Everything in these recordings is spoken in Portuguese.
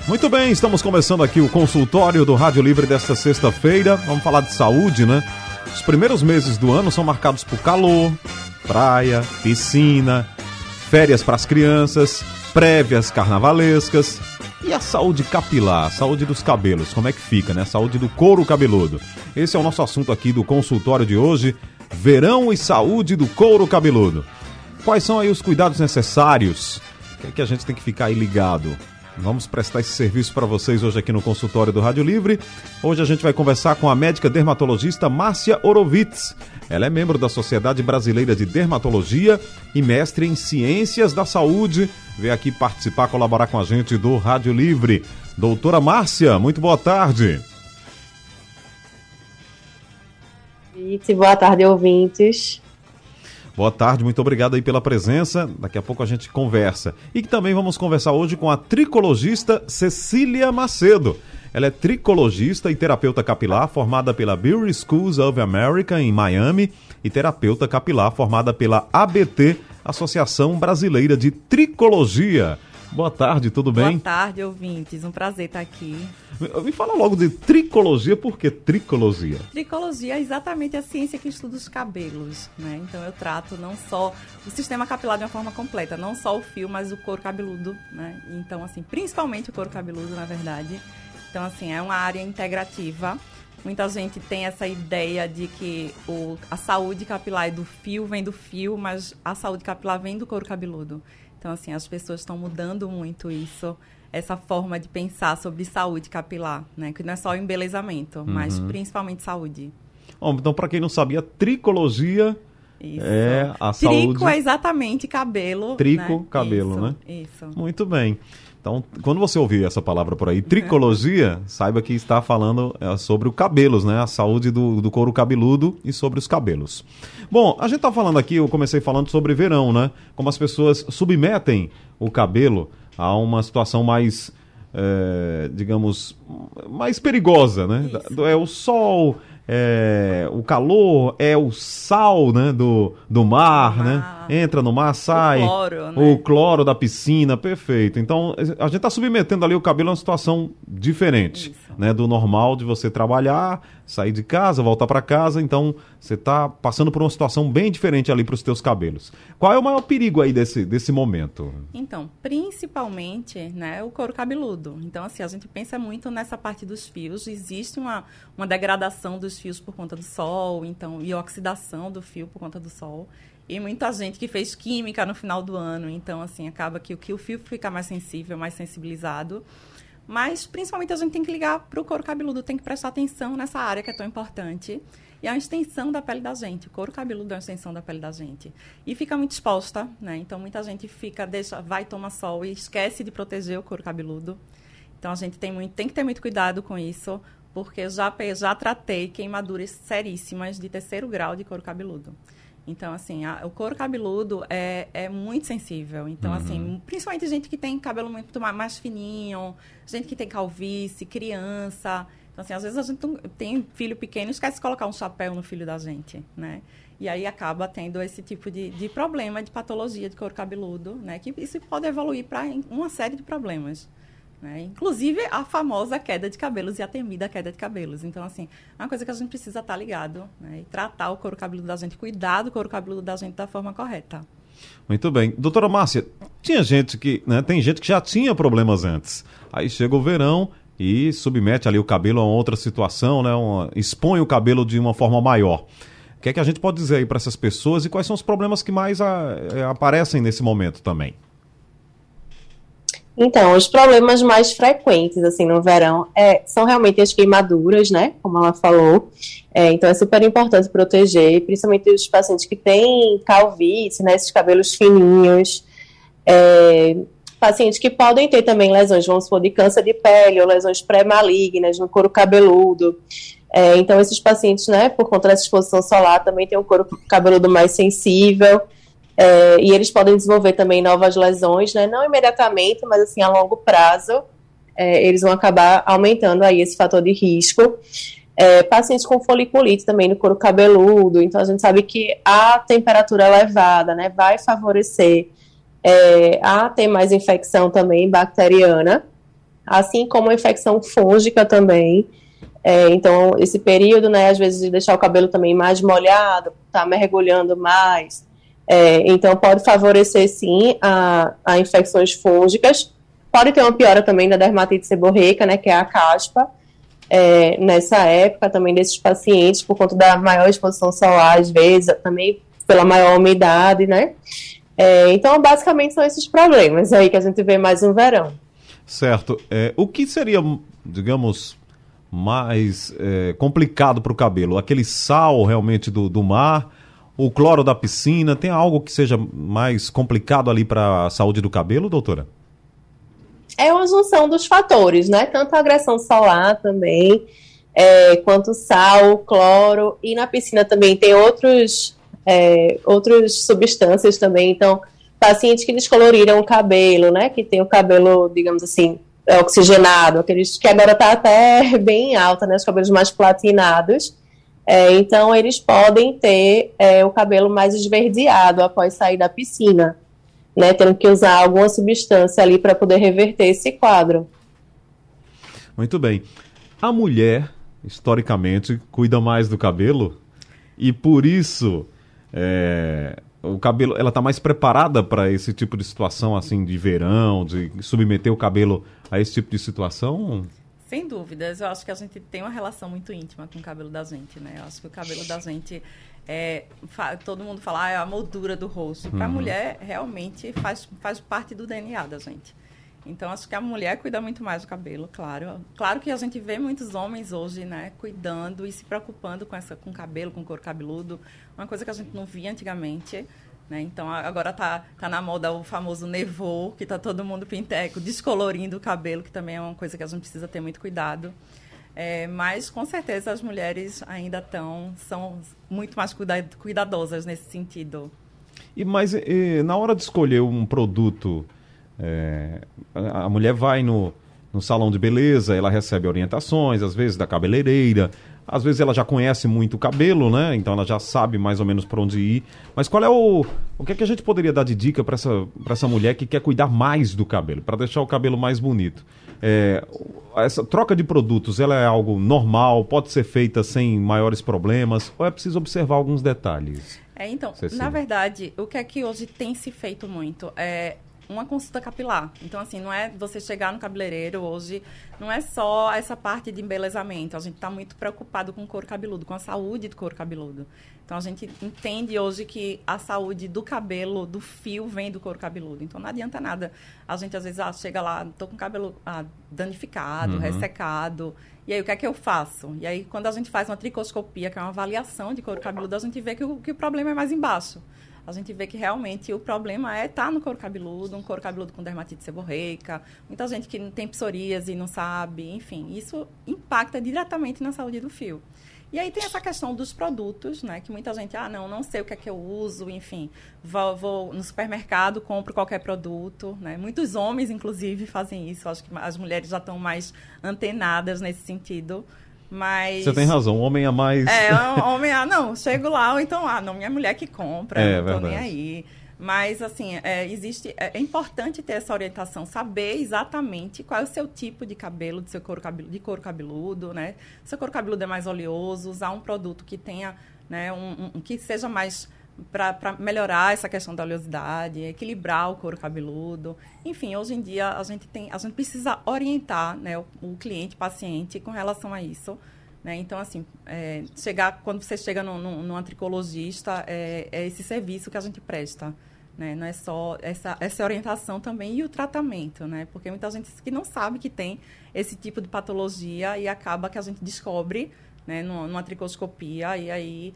Muito bem, estamos começando aqui o consultório do Rádio Livre desta sexta-feira. Vamos falar de saúde, né? Os primeiros meses do ano são marcados por calor, praia, piscina, férias para as crianças, prévias carnavalescas. E a saúde capilar, a saúde dos cabelos, como é que fica, né? A saúde do couro cabeludo. Esse é o nosso assunto aqui do consultório de hoje, verão e saúde do couro cabeludo. Quais são aí os cuidados necessários? O que é que a gente tem que ficar aí ligado? Vamos prestar esse serviço para vocês hoje aqui no consultório do Rádio Livre. Hoje a gente vai conversar com a médica dermatologista Márcia Orovitz. Ela é membro da Sociedade Brasileira de Dermatologia e mestre em Ciências da Saúde. Veio aqui participar, colaborar com a gente do Rádio Livre. Doutora Márcia, muito boa tarde. Boa tarde, ouvintes. Boa tarde, muito obrigado aí pela presença. Daqui a pouco a gente conversa. E também vamos conversar hoje com a tricologista Cecília Macedo. Ela é tricologista e terapeuta capilar formada pela Beauty Schools of America em Miami e terapeuta capilar formada pela ABT, Associação Brasileira de Tricologia. Boa tarde, tudo bem? Boa tarde, ouvintes. Um prazer estar aqui. Me fala logo de tricologia, por que tricologia? Tricologia é exatamente a ciência que estuda os cabelos, né? Então eu trato não só o sistema capilar de uma forma completa, não só o fio, mas o couro cabeludo, né? Então, assim, principalmente o couro cabeludo, na verdade. Então, assim, é uma área integrativa. Muita gente tem essa ideia de que a saúde capilar é do fio, vem do fio, mas a saúde capilar vem do couro cabeludo. Então, assim, as pessoas estão mudando muito isso, essa forma de pensar sobre saúde capilar, né? Que não é só o embelezamento, mas principalmente saúde. Bom, então, para quem não sabia, tricologia é a saúde... Trico é exatamente cabelo. Trico, né? cabelo, isso, né? Isso. Muito bem. Então, quando você ouvir essa palavra por aí, tricologia, saiba que está falando sobre o cabelos, né? A saúde do couro cabeludo e sobre os cabelos. Bom, a gente está falando aqui, eu comecei falando sobre verão, né? Como as pessoas submetem o cabelo a uma situação mais, digamos, mais perigosa, né? É o sol... o calor, o sal, né, do mar, né? Entra no mar, sai. O cloro, né? O cloro da piscina, perfeito. Então, a gente está submetendo ali o cabelo a uma situação diferente, né? Do normal de você trabalhar, sair de casa, voltar para casa. Então, você está passando por uma situação bem diferente ali para os teus cabelos. Qual é o maior perigo aí desse momento? Então, principalmente, né, o couro cabeludo. Então, assim, a gente pensa muito nessa parte dos fios. Existe uma degradação dos fios por conta do sol, então, e oxidação do fio por conta do sol. E muita gente que fez química no final do ano. Então, assim, acaba que o fio fica mais sensível, mais sensibilizado. Mas, principalmente, a gente tem que ligar para o couro cabeludo, tem que prestar atenção nessa área que é tão importante. E é uma extensão da pele da gente. O couro cabeludo é uma extensão da pele da gente. E fica muito exposta, né? Então, muita gente vai tomar sol e esquece de proteger o couro cabeludo. Então, a gente tem que ter muito cuidado com isso, porque eu já tratei queimaduras seríssimas de 3º grau de couro cabeludo. Então, assim, o couro cabeludo é muito sensível. Então, assim, principalmente gente que tem cabelo muito mais fininho, gente que tem calvície, criança. Então, assim, às vezes a gente tem filho pequeno e esquece de colocar um chapéu no filho da gente, né? E aí acaba tendo esse tipo de problema, de patologia de couro cabeludo, né? Que isso pode evoluir para uma série de problemas. Né? Inclusive a famosa queda de cabelos e a temida queda de cabelos. Então, assim, é uma coisa que a gente precisa estar ligado, né? E tratar o couro cabeludo da gente, cuidar do couro cabeludo da gente da forma correta. Muito bem. Doutora Márcia, tem gente que já tinha problemas antes. Aí chega o verão e submete ali o cabelo a outra situação, né? Expõe o cabelo de uma forma maior. O que é que a gente pode dizer aí para essas pessoas e quais são os problemas que mais aparecem nesse momento também? Então, os problemas mais frequentes, assim, no verão, são realmente as queimaduras, né, como ela falou. Então, é super importante proteger, principalmente os pacientes que têm calvície, né, esses cabelos fininhos. Pacientes que podem ter também lesões, vamos supor, de câncer de pele ou lesões pré-malignas no couro cabeludo. Então, esses pacientes, né, por conta dessa exposição solar, também têm um couro cabeludo mais sensível. E eles podem desenvolver também novas lesões, né? Não imediatamente, mas assim, a longo prazo, eles vão acabar aumentando aí esse fator de risco. Pacientes com foliculite também no couro cabeludo, então a gente sabe que a temperatura elevada, né, vai favorecer a ter mais infecção também bacteriana. assim como a infecção fúngica também. Então, esse período, né, às vezes, de deixar o cabelo também mais molhado, tá mergulhando mais. Então, pode favorecer, sim, a infecções fúngicas. Pode ter uma piora também da dermatite seborreica, né, que é a caspa, nessa época também desses pacientes, por conta da maior exposição solar, às vezes, também pela maior umidade, né. Então, basicamente, são esses problemas aí que a gente vê mais no verão. Certo. O que seria, digamos, mais complicado para o cabelo? Aquele sal realmente do mar, o cloro da piscina, tem algo que seja mais complicado ali para a saúde do cabelo, doutora? É uma junção dos fatores, né? Tanto a agressão solar também, quanto o sal, o cloro, e na piscina também tem outras substâncias também. Então, pacientes que descoloriram o cabelo, né? Que tem o cabelo, digamos assim, oxigenado, aqueles que agora está até bem alta, né? Os cabelos mais platinados. Então, eles podem ter o cabelo mais esverdeado após sair da piscina, né? Tendo que usar alguma substância ali para poder reverter esse quadro. Muito bem. A mulher, historicamente, cuida mais do cabelo e, por isso, o cabelo, ela está mais preparada para esse tipo de situação, assim, de verão, de submeter o cabelo a esse tipo de situação? Sem dúvidas, eu acho que a gente tem uma relação muito íntima com o cabelo da gente, né? Eu acho que o cabelo da gente, todo mundo fala, é a moldura do rosto. Para a mulher, realmente, faz parte do DNA da gente. Então, acho que a mulher cuida muito mais do cabelo, claro. Claro que a gente vê muitos homens hoje, né, cuidando e se preocupando com o cabelo, com o couro cabeludo. Uma coisa que a gente não via antigamente, né? Então, agora tá na moda o famoso nevô, que tá todo mundo pinteco, descolorindo o cabelo, que também é uma coisa que a gente precisa ter muito cuidado. Mas, com certeza, as mulheres ainda são muito mais cuidadosas nesse sentido. Mas na hora de escolher um produto, a mulher vai no salão de beleza, ela recebe orientações, às vezes da cabeleireira, às vezes ela já conhece muito o cabelo, né? Então ela já sabe mais ou menos para onde ir. Mas qual é o que é que a gente poderia dar de dica para essa mulher que quer cuidar mais do cabelo, para deixar o cabelo mais bonito? Essa troca de produtos, ela é algo normal, pode ser feita sem maiores problemas, ou é preciso observar alguns detalhes? Então, Cecília, na verdade, o que é que hoje tem se feito muito uma consulta capilar. Então, assim, não é você chegar no cabeleireiro hoje, não é só essa parte de embelezamento. A gente está muito preocupado com o couro cabeludo, com a saúde do couro cabeludo. Então, a gente entende hoje que a saúde do cabelo, do fio, vem do couro cabeludo. Então, não adianta nada. A gente, às vezes, chega lá, tô com o cabelo danificado, ressecado. E aí, o que é que eu faço? E aí, quando a gente faz uma tricoscopia, que é uma avaliação de couro cabeludo, a gente vê que o problema é mais embaixo. A gente vê que realmente o problema tá no couro cabeludo, um couro cabeludo com dermatite seborreica, muita gente que tem psoríase e não sabe, enfim, isso impacta diretamente na saúde do fio. E aí tem essa questão dos produtos, né, que muita gente, não sei o que é que eu uso, enfim, vou no supermercado, compro qualquer produto, né, muitos homens, inclusive, fazem isso, acho que as mulheres já estão mais antenadas nesse sentido. Mas... Você tem razão, o homem é mais... homem, chego lá, ou então, não, minha mulher que compra, não tô nem aí. Mas, assim, é importante ter essa orientação, saber exatamente qual é o seu tipo de cabelo, de couro cabeludo, né? Se seu couro cabeludo é mais oleoso, usar um produto que tenha, né, que seja mais... para melhorar essa questão da oleosidade, equilibrar o couro cabeludo. Enfim, hoje em dia a gente precisa orientar, né, o cliente, paciente com relação a isso. Né? Então, assim, quando você chega num tricologista, é esse serviço que a gente presta. Né? Não é só essa orientação também e o tratamento, né? Porque muita gente que não sabe que tem esse tipo de patologia e acaba que a gente descobre, né, numa tricoscopia, e aí,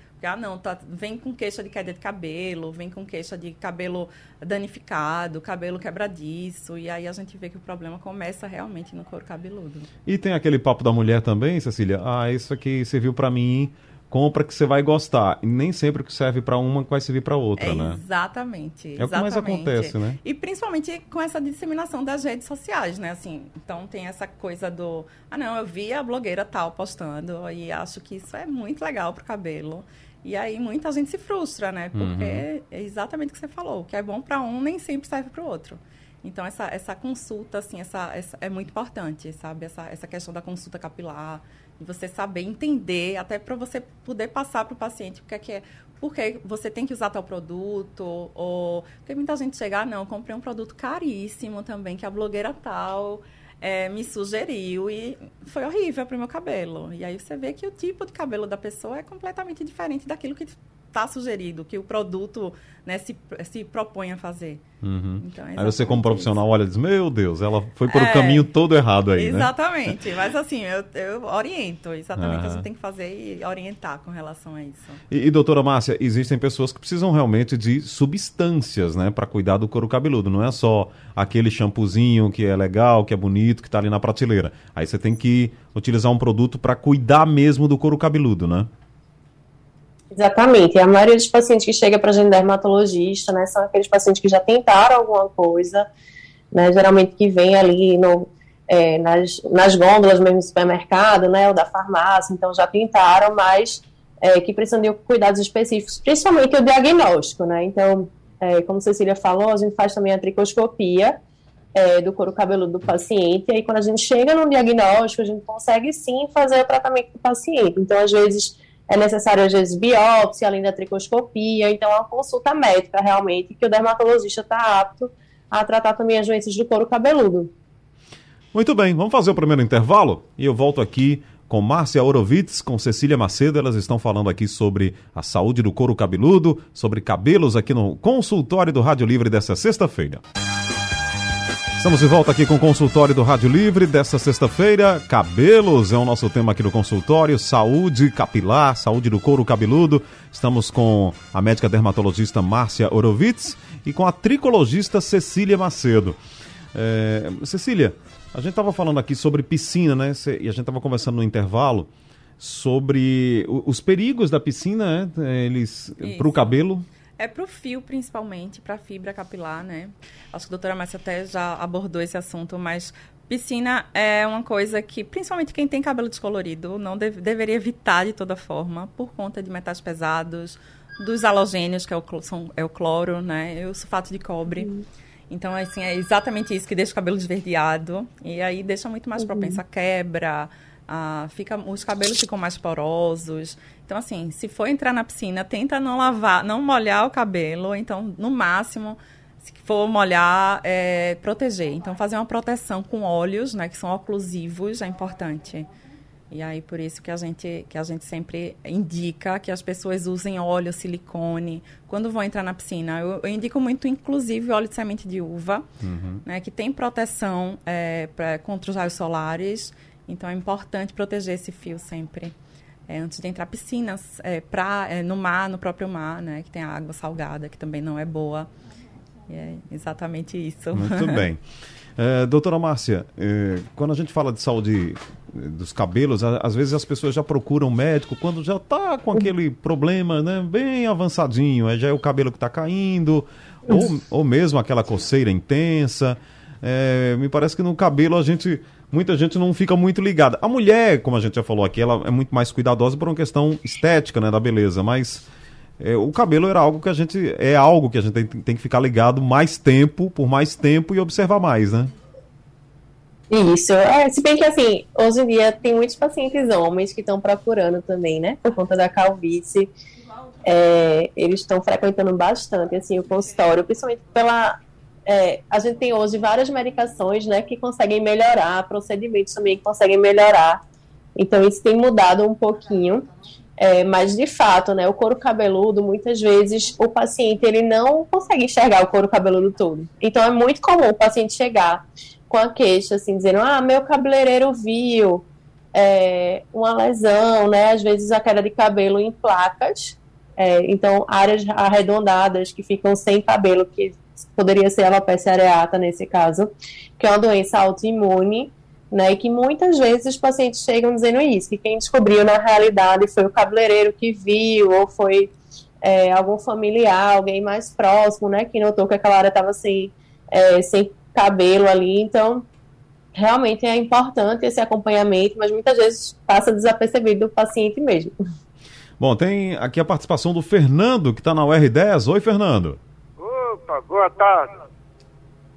vem com queixa de queda de cabelo, vem com queixa de cabelo danificado, cabelo quebradiço, e aí a gente vê que o problema começa realmente no couro cabeludo. E tem aquele papo da mulher também, Cecília, isso aqui serviu pra mim, compra que você vai gostar. E nem sempre o que serve para uma vai servir para outra, né? Exatamente. É o que mais acontece, né? E principalmente com essa disseminação das redes sociais, né? Assim, então tem essa coisa do... eu vi a blogueira tal postando e acho que isso é muito legal pro cabelo. E aí muita gente se frustra, né? Porque é exatamente o que você falou. O que é bom para um nem sempre serve para o outro. Então, essa consulta, assim, essa é muito importante, sabe? Essa questão da consulta capilar, de você saber entender, até para você poder passar para o paciente porque você tem que usar tal produto, ou porque muita gente chega, não, eu comprei um produto caríssimo também, que a blogueira tal me sugeriu e foi horrível para o meu cabelo. E aí você vê que o tipo de cabelo da pessoa é completamente diferente daquilo que está sugerido, que o produto, né, se propõe a fazer. Uhum. Então, aí você, como profissional, olha e diz, meu Deus, ela foi por o caminho todo errado aí, exatamente, né? Mas assim, eu oriento, exatamente, a gente tem que fazer e orientar com relação a isso. E doutora Márcia, existem pessoas que precisam realmente de substâncias, né, para cuidar do couro cabeludo, não é só aquele shampoozinho que é legal, que é bonito, que está ali na prateleira. Aí você tem que utilizar um produto para cuidar mesmo do couro cabeludo, né? Exatamente. A maioria dos pacientes que chega para a gente dermatologista, né, são aqueles pacientes que já tentaram alguma coisa, né, geralmente que vem ali nas gôndolas mesmo do supermercado, né, ou da farmácia, então já tentaram, mas que precisam de cuidados específicos, principalmente o diagnóstico, né, então, como Cecília falou, a gente faz também a tricoscopia do couro cabeludo do paciente, e aí quando a gente chega no diagnóstico, a gente consegue sim fazer o tratamento do paciente, então às vezes é necessário, às vezes, biópsia, além da tricoscopia. Então, é uma consulta médica, realmente, que o dermatologista está apto a tratar também as doenças do couro cabeludo. Muito bem, vamos fazer o primeiro intervalo e eu volto aqui com Márcia Orovitz, com Cecília Macedo. Elas estão falando aqui sobre a saúde do couro cabeludo, sobre cabelos aqui no consultório do Rádio Livre dessa sexta-feira. Estamos de volta aqui com o consultório do Rádio Livre desta sexta-feira. Cabelos é o nosso tema aqui no consultório, saúde capilar, saúde do couro cabeludo. Estamos com a médica dermatologista Márcia Orovitz e com a tricologista Cecília Macedo. Cecília, a gente estava falando aqui sobre piscina, né? E a gente estava conversando no intervalo sobre os perigos da piscina, né? Eles para o cabelo. É para o fio, principalmente, para a fibra capilar, né? Acho que a doutora Márcia até já abordou esse assunto, mas piscina é uma coisa que, principalmente quem tem cabelo descolorido, não deveria evitar de toda forma, por conta de metais pesados, dos halogênios, que é o cloro, né? E o sulfato de cobre. Então, assim, é exatamente isso que deixa o cabelo esverdeado, e aí deixa muito mais propenso a quebra, os cabelos ficam mais porosos. Então, assim, se for entrar na piscina, tenta não lavar, não molhar o cabelo. Então, no máximo, se for molhar, proteger. Então, fazer uma proteção com óleos, né, que são oclusivos, é importante. E aí, por isso que a gente sempre indica que as pessoas usem óleo, silicone, quando vão entrar na piscina. Eu indico muito, inclusive, óleo de semente de uva, né, que tem proteção contra os raios solares. Então, é importante proteger esse fio sempre. Antes de entrar piscinas, no mar, no próprio mar, né? Que tem a água salgada, que também não é boa. E é exatamente isso. Muito bem. Doutora Márcia, quando a gente fala de saúde dos cabelos, às vezes as pessoas já procuram um médico quando já está com aquele problema, né, bem avançadinho. Já é o cabelo que está caindo, ou mesmo aquela coceira intensa. Me parece que no cabelo muita gente não fica muito ligada. A mulher, como a gente já falou aqui, ela é muito mais cuidadosa por uma questão estética, né, da beleza, mas o cabelo é algo que a gente tem que ficar ligado por mais tempo e observar mais, né? Isso. Se bem que, assim, hoje em dia tem muitos pacientes homens que estão procurando também, né, por conta da calvície. Eles estão frequentando bastante, assim, o consultório, principalmente a gente tem hoje várias medicações, né, que conseguem melhorar, procedimentos também que conseguem melhorar. Então, isso tem mudado um pouquinho. Mas, de fato, né, o couro cabeludo, muitas vezes, o paciente ele não consegue enxergar o couro cabeludo todo. Então, é muito comum o paciente chegar com a queixa, assim, dizendo, meu cabeleireiro viu uma lesão, né, às vezes a queda de cabelo em placas, então, áreas arredondadas que ficam sem cabelo, que poderia ser alopecia areata nesse caso, que é uma doença autoimune, né, e que muitas vezes os pacientes chegam dizendo isso, que quem descobriu na realidade foi o cabeleireiro que viu, ou foi algum familiar, alguém mais próximo, né, que notou que aquela área estava sem cabelo ali. Então, realmente é importante esse acompanhamento, mas muitas vezes passa desapercebido do paciente mesmo. Bom, tem aqui a participação do Fernando, que está na UR10. Oi, Fernando. Opa, boa tarde.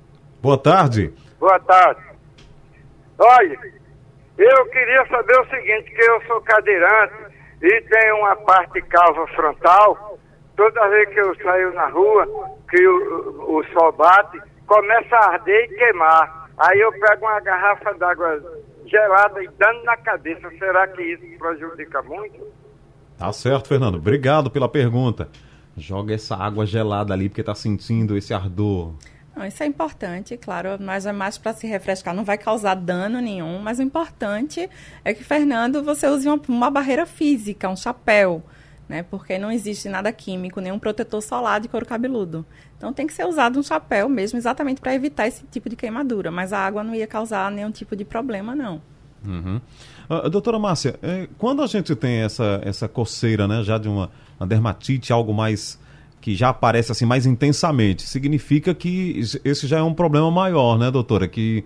Boa tarde. Boa tarde. Olha, eu queria saber o seguinte, que eu sou cadeirante e tenho uma parte calva frontal. Toda vez que eu saio na rua, que o sol bate, começa a arder e queimar. Aí eu pego uma garrafa d'água gelada e dando na cabeça. Será que isso prejudica muito? Tá certo, Fernando. Obrigado pela pergunta. Joga essa água gelada ali, porque tá sentindo esse ardor. Não, isso é importante, claro, mas é mais para se refrescar, não vai causar dano nenhum, mas o importante é que, Fernando, você use uma barreira física, um chapéu, né? Porque não existe nada químico, nenhum protetor solar de couro cabeludo. Então tem que ser usado um chapéu mesmo, exatamente para evitar esse tipo de queimadura, mas a água não ia causar nenhum tipo de problema, não. Uhum. Doutora Márcia, quando a gente tem essa coceira, né, já de uma dermatite, algo mais que já aparece assim mais intensamente, significa que esse já é um problema maior, né, doutora? Que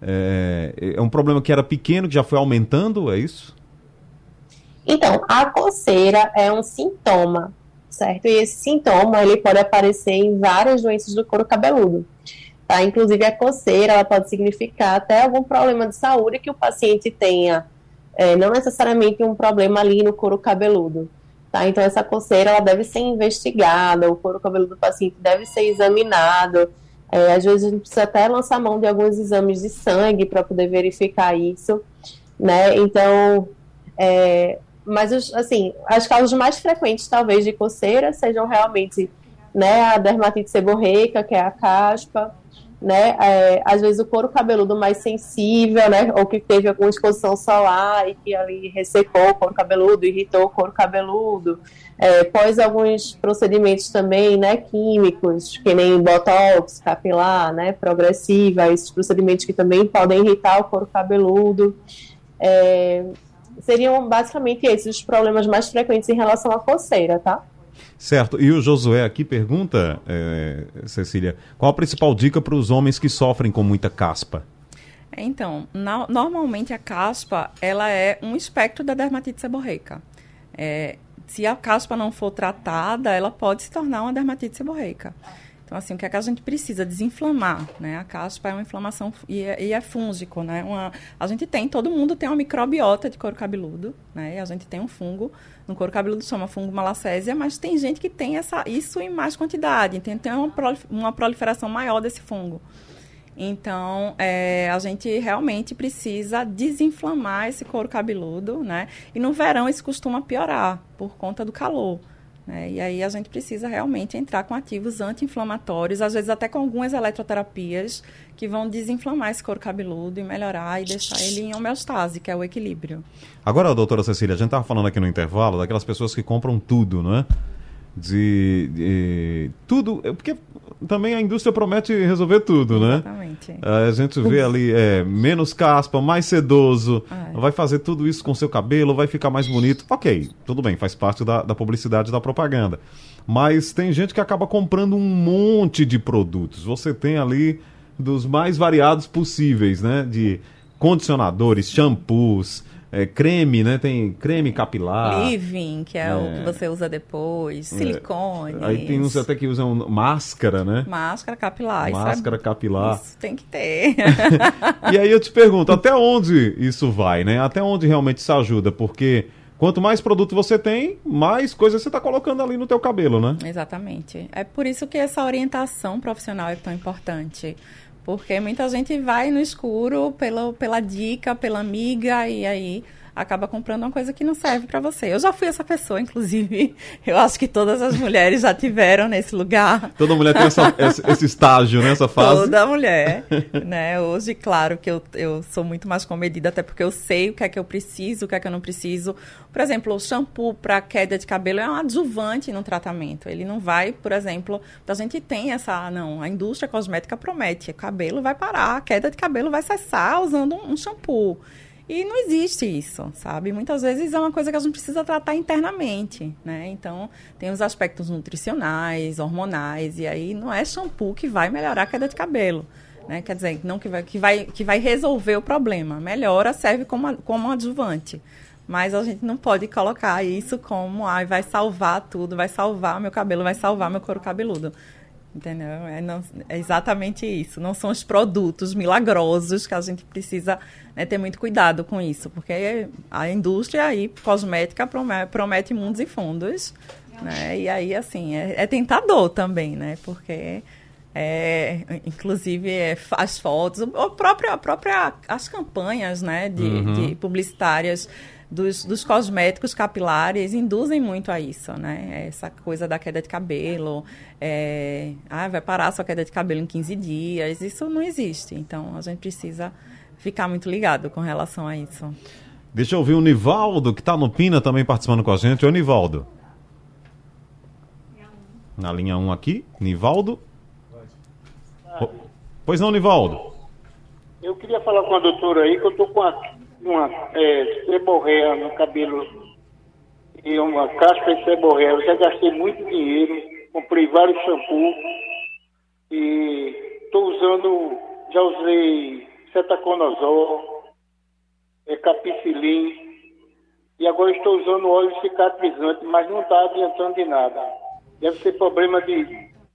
é um problema que era pequeno, que já foi aumentando, é isso? Então, a coceira é um sintoma, certo? E esse sintoma, ele pode aparecer em várias doenças do couro cabeludo, tá? Inclusive, a coceira, ela pode significar até algum problema de saúde que o paciente tenha, não necessariamente um problema ali no couro cabeludo, tá? Então, essa coceira, ela deve ser investigada, o couro cabeludo do paciente deve ser examinado. Às vezes, a gente precisa até lançar mão de alguns exames de sangue para poder verificar isso, né? Então, mas, assim, as causas mais frequentes, talvez, de coceira sejam realmente, né, a dermatite seborreica, que é a caspa, né, às vezes o couro cabeludo mais sensível, né, ou que teve alguma exposição solar e que ali ressecou o couro cabeludo, irritou o couro cabeludo, pós alguns procedimentos também, né, químicos, que nem botox capilar, né, progressiva, esses procedimentos que também podem irritar o couro cabeludo. Seriam basicamente esses os problemas mais frequentes em relação à coceira, tá? Certo. E o Josué aqui pergunta, Cecília, qual a principal dica para os homens que sofrem com muita caspa? Então, normalmente a caspa, ela é um espectro da dermatite seborreica. Se a caspa não for tratada, ela pode se tornar uma dermatite seborreica. Então, assim, o que é que a gente precisa? Desinflamar, né? A caspa é uma inflamação e é fúngico, né? Todo mundo tem uma microbiota de couro cabeludo, né? E a gente tem um fungo no couro cabeludo, chama fungo malacésia, mas tem gente que tem isso em mais quantidade, tem uma proliferação maior desse fungo. Então, a gente realmente precisa desinflamar esse couro cabeludo, né? E no verão isso costuma piorar por conta do calor. E aí a gente precisa realmente entrar com ativos anti-inflamatórios, às vezes até com algumas eletroterapias que vão desinflamar esse couro cabeludo e melhorar e deixar ele em homeostase, que é o equilíbrio. Agora, doutora Cecília, a gente estava falando aqui no intervalo daquelas pessoas que compram tudo, não é? De tudo, porque também a indústria promete resolver tudo, né? Exatamente. A gente vê ali menos caspa, mais sedoso, vai fazer tudo isso com seu cabelo, vai ficar mais bonito. Ok, tudo bem, faz parte da publicidade, da propaganda. Mas tem gente que acaba comprando um monte de produtos. Você tem ali dos mais variados possíveis, né? De condicionadores, shampoos, creme, né? Tem creme capilar. Leave-in, que é o que você usa depois. Silicone. Aí tem uns até que usam máscara, né? Máscara capilar. Máscara capilar. Isso tem que ter. E aí eu te pergunto, até onde isso vai, né? Até onde realmente isso ajuda? Porque quanto mais produto você tem, mais coisa você está colocando ali no teu cabelo, né? Exatamente. É por isso que essa orientação profissional é tão importante. Porque muita gente vai no escuro pela dica, pela amiga, e aí acaba comprando uma coisa que não serve para você. Eu já fui essa pessoa, inclusive. Eu acho que todas as mulheres já tiveram nesse lugar. Toda mulher tem esse estágio, né? Essa fase. Toda mulher. Né? Hoje, claro que eu sou muito mais comedida, até porque eu sei o que é que eu preciso, o que é que eu não preciso. Por exemplo, o shampoo para queda de cabelo é um adjuvante no tratamento. Ele não vai, por exemplo, a gente tem a indústria cosmética promete, o cabelo vai parar, a queda de cabelo vai cessar usando um shampoo. E não existe isso, sabe? Muitas vezes é uma coisa que a gente precisa tratar internamente, né? Então, tem os aspectos nutricionais, hormonais, e aí não é shampoo que vai melhorar a queda de cabelo, né? Quer dizer, não que vai resolver o problema. Melhora, serve como adjuvante. Mas a gente não pode colocar isso como, vai salvar tudo, vai salvar meu cabelo, vai salvar meu couro cabeludo. entendeu? É exatamente isso. Não são os produtos milagrosos que a gente precisa, né, ter muito cuidado com isso, porque a indústria aí, cosmética promete mundos e fundos, né? E aí, assim, é tentador também, né? Porque, inclusive, as fotos, as campanhas, né, de publicitárias dos cosméticos capilares induzem muito a isso, né? Essa coisa da queda de cabelo, vai parar a sua queda de cabelo em 15 dias, isso não existe. Então, a gente precisa ficar muito ligado com relação a isso. Deixa eu ouvir o Nivaldo, que está no Pina também participando com a gente. Oi, Nivaldo. Na linha 1 aqui, Nivaldo. Pois não, Nivaldo. Eu queria falar com a doutora aí, que eu tô com uma seborreia no cabelo e uma casca de seborreia. Eu já gastei muito dinheiro, comprei vários shampoos e estou usando, já usei cetaconazol, capicilin e agora estou usando óleo cicatrizante, mas não está adiantando de nada. Deve ser problema de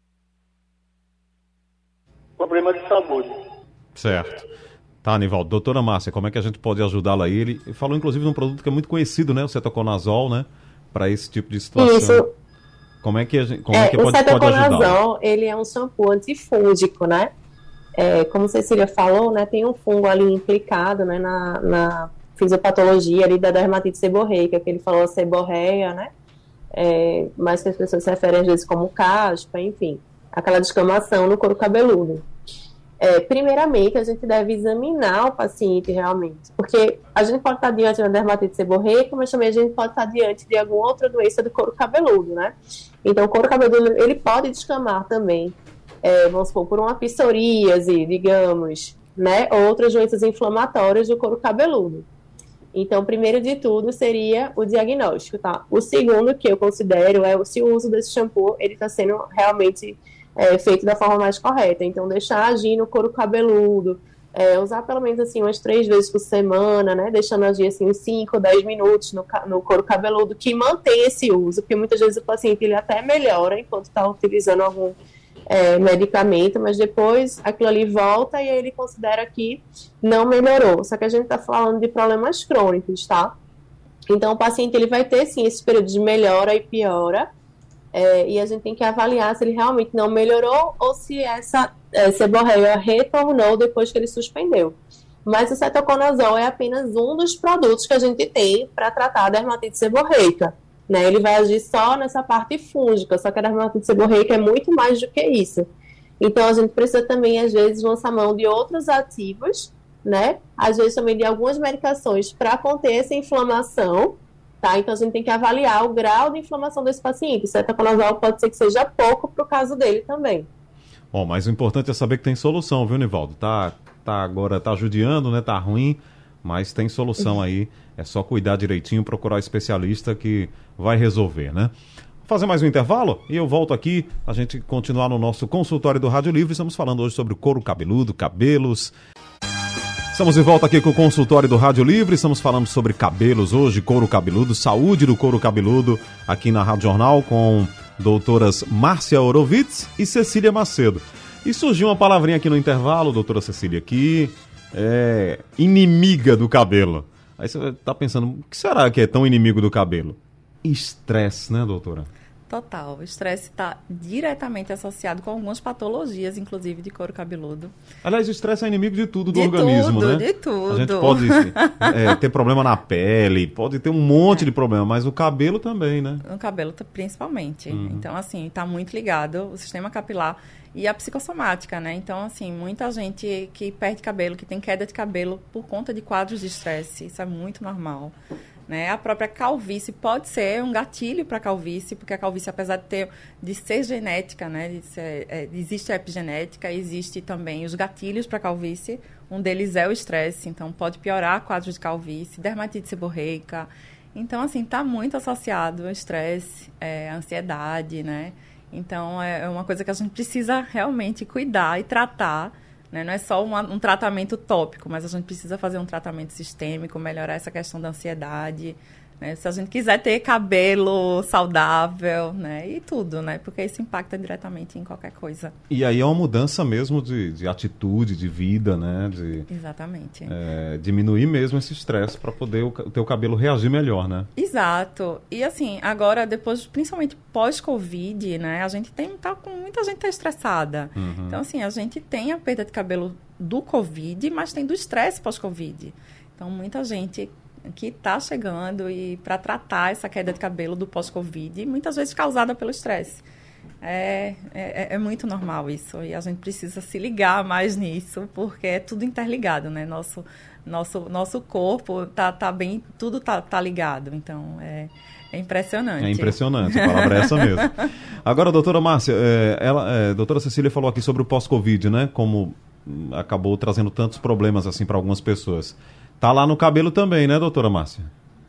saúde. Certo. Tá, Nivaldo. Doutora Márcia, como é que a gente pode ajudá-la aí? Ele falou, inclusive, de um produto que é muito conhecido, né? O cetaconazol, né? Para esse tipo de situação. Isso. Como é que pode ajudá-la? O cetaconazol, ele é um shampoo antifúngico, né? Como Cecília falou, né? Tem um fungo ali implicado, né? Na fisiopatologia ali da dermatite seborreica, que ele falou a seborreia, né? Mas que as pessoas se referem às vezes como caspa, enfim, aquela descamação no couro cabeludo. Primeiramente, a gente deve examinar o paciente realmente, porque a gente pode estar diante da dermatite seborreica, mas também a gente pode estar diante de alguma outra doença do couro cabeludo, né? Então, o couro cabeludo, ele pode descamar também, vamos supor, por uma psoríase, digamos, né? Ou outras doenças inflamatórias do couro cabeludo. Então, primeiro de tudo, seria o diagnóstico, tá? O segundo que eu considero se o uso desse shampoo, ele está sendo realmente feito da forma mais correta. Então, deixar agir no couro cabeludo, usar pelo menos, assim, umas 3 vezes por semana, né? Deixando agir, assim, uns 5 ou 10 minutos no couro cabeludo, que mantém esse uso, porque muitas vezes o paciente, ele até melhora enquanto está utilizando algum medicamento, mas depois aquilo ali volta e aí ele considera que não melhorou. Só que a gente está falando de problemas crônicos, tá? Então, o paciente, ele vai ter, sim, esse período de melhora e piora, e a gente tem que avaliar se ele realmente não melhorou ou se essa seborreia retornou depois que ele suspendeu. Mas o cetaconazol é apenas um dos produtos que a gente tem para tratar a dermatite seborreica, né? Ele vai agir só nessa parte fúngica, só que a dermatite seborreica é muito mais do que isso. Então, a gente precisa também, às vezes, lançar mão de outros ativos, né? Às vezes também de algumas medicações para conter essa inflamação, tá? Então, a gente tem que avaliar o grau de inflamação desse paciente. O cetaconazol pode ser que seja pouco para o caso dele também. Bom, mas o importante é saber que tem solução, viu, Nivaldo? Agora tá judiando, né? Tá ruim, mas tem solução aí. É só cuidar direitinho, procurar especialista que vai resolver, né? Vou fazer mais um intervalo e eu volto aqui, a gente continuar no nosso consultório do Rádio Livre. Estamos falando hoje sobre couro cabeludo, cabelos. Estamos de volta aqui com o consultório do Rádio Livre. Estamos falando sobre cabelos hoje, couro cabeludo, saúde do couro cabeludo, aqui na Rádio Jornal com doutoras Márcia Orovitz e Cecília Macedo. E surgiu uma palavrinha aqui no intervalo, doutora Cecília, que é inimiga do cabelo. Aí você está pensando, o que será que é tão inimigo do cabelo? Estresse, né, doutora? Total. O estresse está diretamente associado com algumas patologias, inclusive de couro cabeludo. Aliás, o estresse é inimigo de tudo do organismo, né? De tudo. A gente pode ter problema na pele, pode ter um monte de problema, mas o cabelo também, né? O cabelo principalmente. Então, assim, está muito ligado o sistema capilar e a psicossomática, né? Então, assim, muita gente que perde cabelo, que tem queda de cabelo por conta de quadros de estresse, isso é muito normal. Né? A própria calvície pode ser um gatilho para a calvície, porque a calvície, apesar de ser genética, né? Existe a epigenética, existe também os gatilhos para a calvície. Um deles é o estresse, então pode piorar quadros de calvície, dermatite seborreica. Então, assim, está muito associado ao estresse, à ansiedade, né? Então, é uma coisa que a gente precisa realmente cuidar e tratar, né? Não é só um tratamento tópico, mas a gente precisa fazer um tratamento sistêmico, melhorar essa questão da ansiedade, né? Se a gente quiser ter cabelo saudável, né? E tudo, né? Porque isso impacta diretamente em qualquer coisa. E aí é uma mudança mesmo de atitude, de vida, né? Exatamente. Diminuir mesmo esse estresse para poder o teu cabelo reagir melhor, né? Exato. E assim, agora, depois, principalmente pós-Covid, né? A gente tá com muita gente estressada. Uhum. Então, assim, a gente tem a perda de cabelo do Covid, mas tem do estresse pós-Covid. Então, muita gente que está chegando e para tratar essa queda de cabelo do pós-Covid, muitas vezes causada pelo estresse. É muito normal isso, e a gente precisa se ligar mais nisso, porque é tudo interligado, né? Nosso corpo tá bem, tudo tá ligado, então é impressionante. É impressionante, a palavra é essa mesmo. Agora, doutora Márcia, doutora Cecília falou aqui sobre o pós-Covid, né? Como acabou trazendo tantos problemas assim para algumas pessoas. Tá lá no cabelo também, né, doutora Márcia?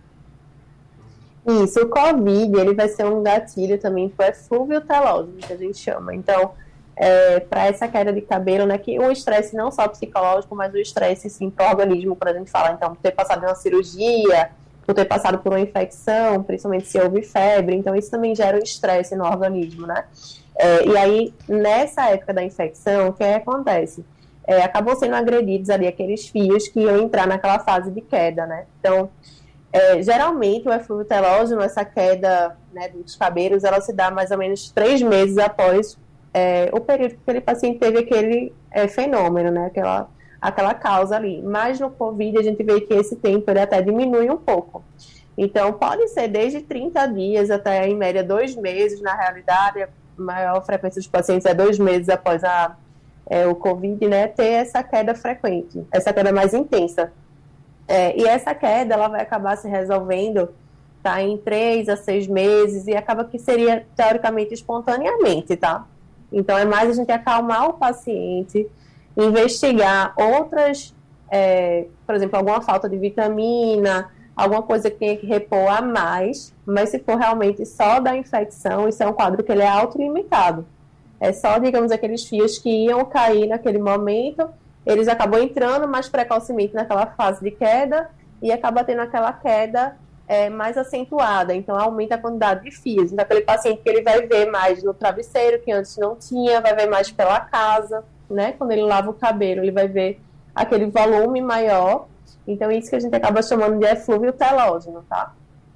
Isso, o Covid, ele vai ser um gatilho também para eflúvio telógeno, que a gente chama. Então, para essa queda de cabelo, né, que o estresse não só psicológico, mas o estresse, sim, para o organismo, quando a gente fala, então, por ter passado por uma cirurgia, por ter passado por uma infecção, principalmente se houve febre, então isso também gera um estresse no organismo, né? E aí, nessa época da infecção, o que acontece? Acabam sendo agredidos ali aqueles fios que iam entrar naquela fase de queda, né? Então, geralmente o eflúvio telógeno, essa queda, né, dos cabelos, ela se dá mais ou menos 3 meses após o período que aquele paciente teve aquele fenômeno, né? Aquela causa ali. Mas no Covid a gente vê que esse tempo ele até diminui um pouco. Então, pode ser desde 30 dias até, em média, 2 meses. Na realidade, a maior frequência dos pacientes é 2 meses após o Covid, né, ter essa queda frequente, essa queda mais intensa. E essa queda, ela vai acabar se resolvendo, tá, em 3 a 6 meses, e acaba que seria, teoricamente, espontaneamente, tá? Então, é mais a gente acalmar o paciente, investigar outras, por exemplo, alguma falta de vitamina, alguma coisa que tenha que repor a mais, mas se for realmente só da infecção, isso é um quadro que ele é autolimitado. É só, digamos, aqueles fios que iam cair naquele momento, eles acabam entrando mais precocemente naquela fase de queda e acaba tendo aquela queda mais acentuada. Então, aumenta a quantidade de fios. Então, aquele paciente que ele vai ver mais no travesseiro, que antes não tinha, vai ver mais pela casa, né? Quando ele lava o cabelo, ele vai ver aquele volume maior. Então, isso que a gente acaba chamando de eflúvio telógeno, tá?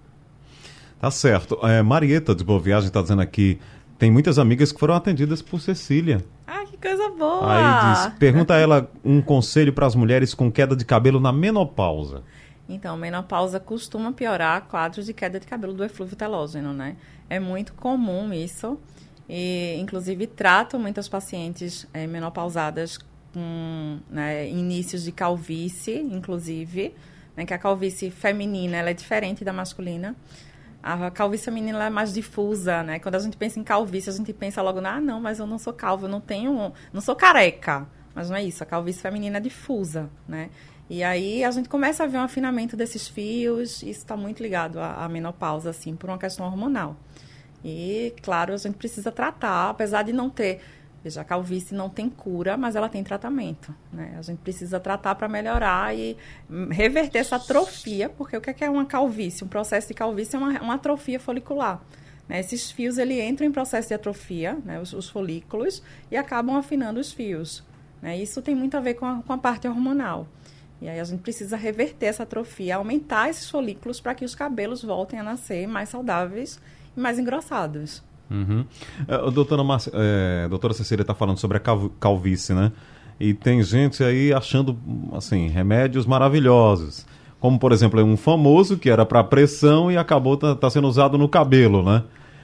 Tá certo. Marieta de Boa Viagem está dizendo aqui, tem muitas amigas que foram atendidas por Cecília. Ah, que coisa boa! Aí diz, pergunta a ela um conselho para as mulheres com queda de cabelo na menopausa. Então, menopausa costuma piorar quadros de queda de cabelo do eflúvio telógeno, né? É muito comum isso. E, inclusive, trato muitas pacientes menopausadas com, né, inícios de calvície, inclusive, né, que a calvície feminina ela é diferente da masculina. A calvície feminina ela é mais difusa, né? Quando a gente pensa em calvície, a gente pensa logo, não, mas eu não sou calva, não sou careca. Mas não é isso, a calvície feminina é difusa, né? E aí a gente começa a ver um afinamento desses fios, isso está muito ligado à menopausa, assim, por uma questão hormonal. E, claro, a gente precisa tratar, apesar de não ter... Veja, a calvície não tem cura, mas ela tem tratamento, né? A gente precisa tratar para melhorar e reverter essa atrofia, porque o que é uma calvície? Um processo de calvície é uma atrofia folicular, né? Esses fios, ele entram em processo de atrofia, né? Os folículos, e acabam afinando os fios, né? Isso tem muito a ver com a parte hormonal. E aí a gente precisa reverter essa atrofia, aumentar esses folículos para que os cabelos voltem a nascer mais saudáveis e mais engrossados. Uhum. Doutora Cecília está falando sobre a calvície, né? E tem gente aí achando, assim, remédios maravilhosos. Como, por exemplo, um famoso que era para pressão e acabou tá sendo usado no cabelo, né?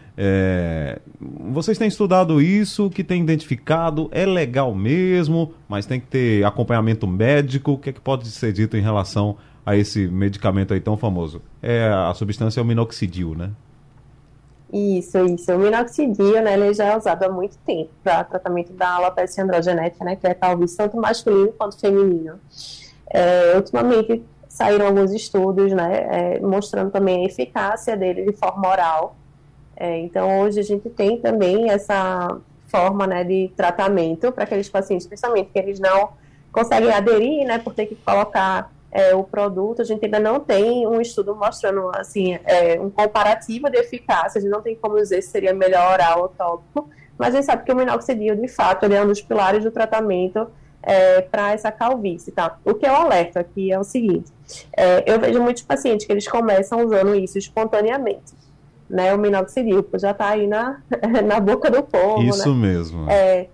Vocês têm estudado isso, que tem identificado, é legal mesmo, mas tem que ter acompanhamento médico. O que é que pode ser dito em relação a esse medicamento aí tão famoso? A substância é o minoxidil, né? Isso. O minoxidil, né, ele já é usado há muito tempo para tratamento da alopecia androgenética, né, que é calvície tanto masculino quanto feminino. Ultimamente saíram alguns estudos, né, mostrando também a eficácia dele de forma oral. Então, hoje a gente tem também essa forma, né, de tratamento para aqueles pacientes, principalmente que eles não conseguem aderir, né, por ter que colocar o produto, a gente ainda não tem um estudo mostrando, assim, um comparativo de eficácia, a gente não tem como dizer se seria melhor oral ou tópico, mas a gente sabe que o minoxidil, de fato, ele é um dos pilares do tratamento para essa calvície, tá? O que eu alerto aqui é o seguinte, eu vejo muitos pacientes que eles começam usando isso espontaneamente, né? O minoxidil já está aí na boca do povo, Isso, né? mesmo.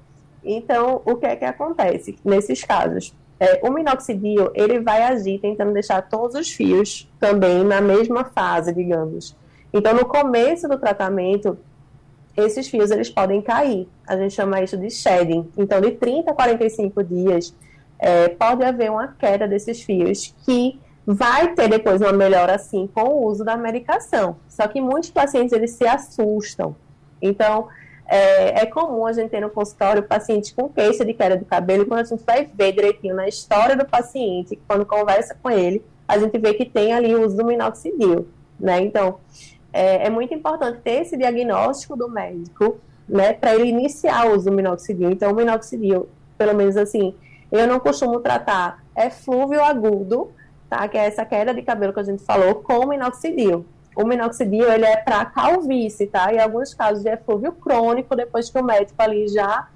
Então, o que é que acontece nesses casos? O minoxidil, ele vai agir tentando deixar todos os fios também na mesma fase, digamos. Então, no começo do tratamento, esses fios, eles podem cair. A gente chama isso de shedding. Então, de 30 a 45 dias, pode haver uma queda desses fios que vai ter depois uma melhora, assim, com o uso da medicação. Só que muitos pacientes, eles se assustam. Então, é comum a gente ter no consultório pacientes com queixa de queda do cabelo, e quando a gente vai ver direitinho na história do paciente, quando conversa com ele, a gente vê que tem ali o uso do minoxidil, né? Então, é muito importante ter esse diagnóstico do médico, né, para ele iniciar o uso do minoxidil. Então, o minoxidil, pelo menos assim, eu não costumo tratar flúvio agudo, tá? Que é essa queda de cabelo que a gente falou, com o minoxidil. O minoxidil, ele é para calvície, tá? Em alguns casos de eflúvio crônico, depois que o médico ali já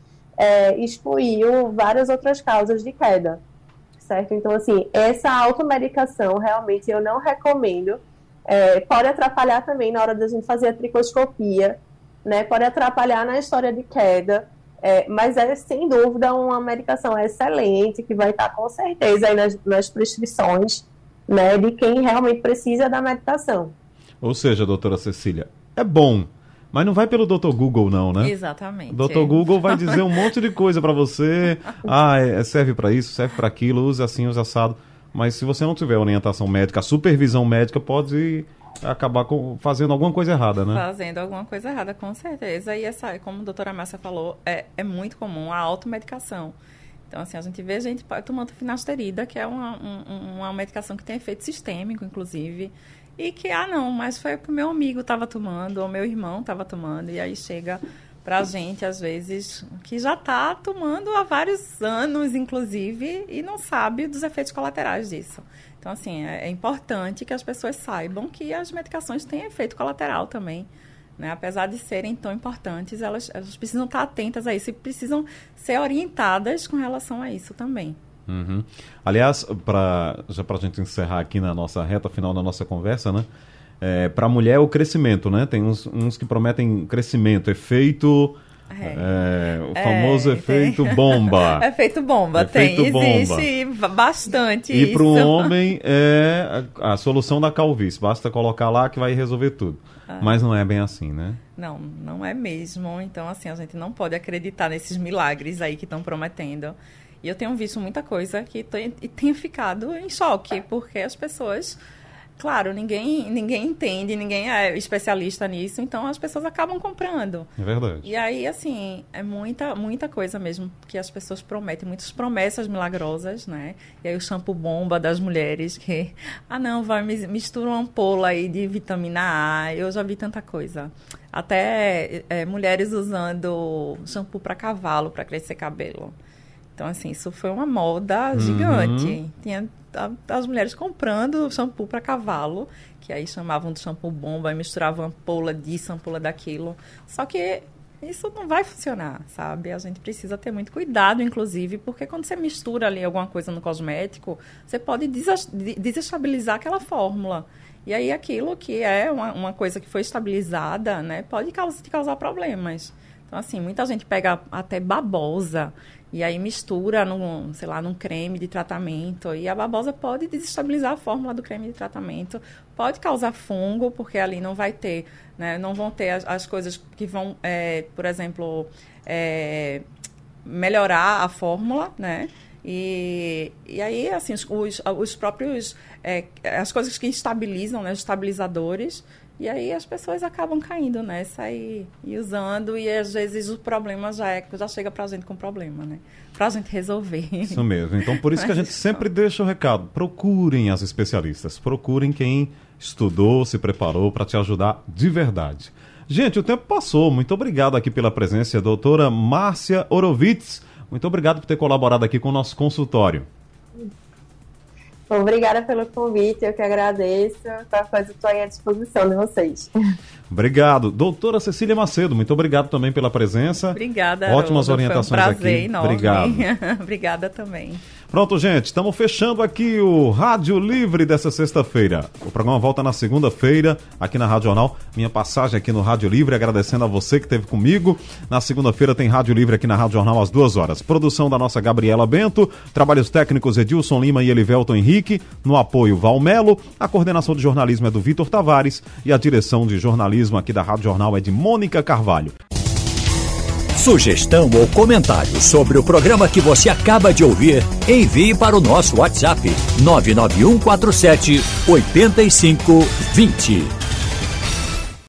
excluiu várias outras causas de queda, certo? Então, assim, essa automedicação, realmente, eu não recomendo. Pode atrapalhar também na hora da gente fazer a tricoscopia, né? Pode atrapalhar na história de queda, mas sem dúvida, uma medicação excelente, que vai estar, com certeza, aí nas prescrições, né? De quem realmente precisa da medicação. Ou seja, doutora Cecília, é bom, mas não vai pelo Dr. Google não, né? Exatamente. O Dr. Google vai dizer um monte de coisa para você, serve para isso, serve para aquilo, use assim, use assado, mas se você não tiver orientação médica, a supervisão médica pode acabar fazendo alguma coisa errada, né? Fazendo alguma coisa errada, com certeza. E como a doutora Márcia falou, é muito comum a automedicação. Então, assim, a gente vê gente tomando finasterida, que é uma medicação que tem efeito sistêmico, inclusive, e que, mas foi porque o meu amigo estava tomando, ou meu irmão estava tomando, e aí chega pra gente, às vezes, que já está tomando há vários anos, inclusive, e não sabe dos efeitos colaterais disso. Então, assim, é importante que as pessoas saibam que as medicações têm efeito colateral também, né? Apesar de serem tão importantes, elas precisam estar atentas a isso e precisam ser orientadas com relação a isso também. Uhum. Aliás, já para a gente encerrar aqui na nossa reta final da nossa conversa, né? Para a mulher é o crescimento, né? Tem uns que prometem crescimento, efeito... o famoso efeito bomba. Efeito bomba, existe bastante e isso. E para o homem é a solução da calvície, basta colocar lá que vai resolver tudo. Mas não é bem assim, né? Não é mesmo. Então, assim, a gente não pode acreditar nesses milagres aí que estão prometendo. E eu tenho visto muita coisa que tenho ficado em choque, porque as pessoas... Claro, ninguém entende, ninguém é especialista nisso, então as pessoas acabam comprando. É verdade. E aí, assim, é muita coisa mesmo que as pessoas prometem, muitas promessas milagrosas, né? E aí o shampoo bomba das mulheres que, mistura uma ampola aí de vitamina A, eu já vi tanta coisa. Até mulheres usando shampoo para cavalo, para crescer cabelo. Então, assim, isso foi uma moda gigante. Tinha as mulheres comprando shampoo para cavalo, que aí chamavam de shampoo bomba e misturavam ampola disso, ampola daquilo. Só que isso não vai funcionar, sabe? A gente precisa ter muito cuidado, inclusive, porque quando você mistura ali alguma coisa no cosmético, você pode desestabilizar aquela fórmula. E aí aquilo que é uma coisa que foi estabilizada, né, pode te causar problemas. Então, assim, muita gente pega até babosa e aí mistura num creme de tratamento. E a babosa pode desestabilizar a fórmula do creme de tratamento. Pode causar fungo, porque ali não vai ter, né, não vão ter as coisas que vão, por exemplo, melhorar a fórmula, né? E aí, assim, os próprios... as coisas que estabilizam, né, os estabilizadores... E aí as pessoas acabam caindo nessa e usando, e às vezes o problema já chega pra gente com problema, né? Pra gente resolver. Isso mesmo. Então, por isso que a gente sempre deixa o recado. Procurem as especialistas. Procurem quem estudou, se preparou para te ajudar de verdade. Gente, o tempo passou. Muito obrigado aqui pela presença, doutora Márcia Orovitz. Muito obrigado por ter colaborado aqui com o nosso consultório. Obrigada pelo convite, eu que agradeço. Qualquer coisa, estou à disposição de vocês. Obrigado. Doutora Cecília Macedo, muito obrigado também pela presença. Obrigada, Ótimas Haroldo. orientações Foi um prazer aqui. enorme. Obrigado. Obrigada também. Pronto, gente, estamos fechando aqui o Rádio Livre dessa sexta-feira. O programa volta na segunda-feira, aqui na Rádio Jornal. Minha passagem aqui no Rádio Livre, agradecendo a você que esteve comigo. Na segunda-feira tem Rádio Livre aqui na Rádio Jornal às 2 horas. Produção da nossa Gabriela Bento, trabalhos técnicos Edilson Lima e Elivelton Henrique, no apoio Valmelo, a coordenação de jornalismo é do Vitor Tavares e a direção de jornalismo aqui da Rádio Jornal é de Mônica Carvalho. Sugestão ou comentário sobre o programa que você acaba de ouvir, envie para o nosso WhatsApp 99147 8520.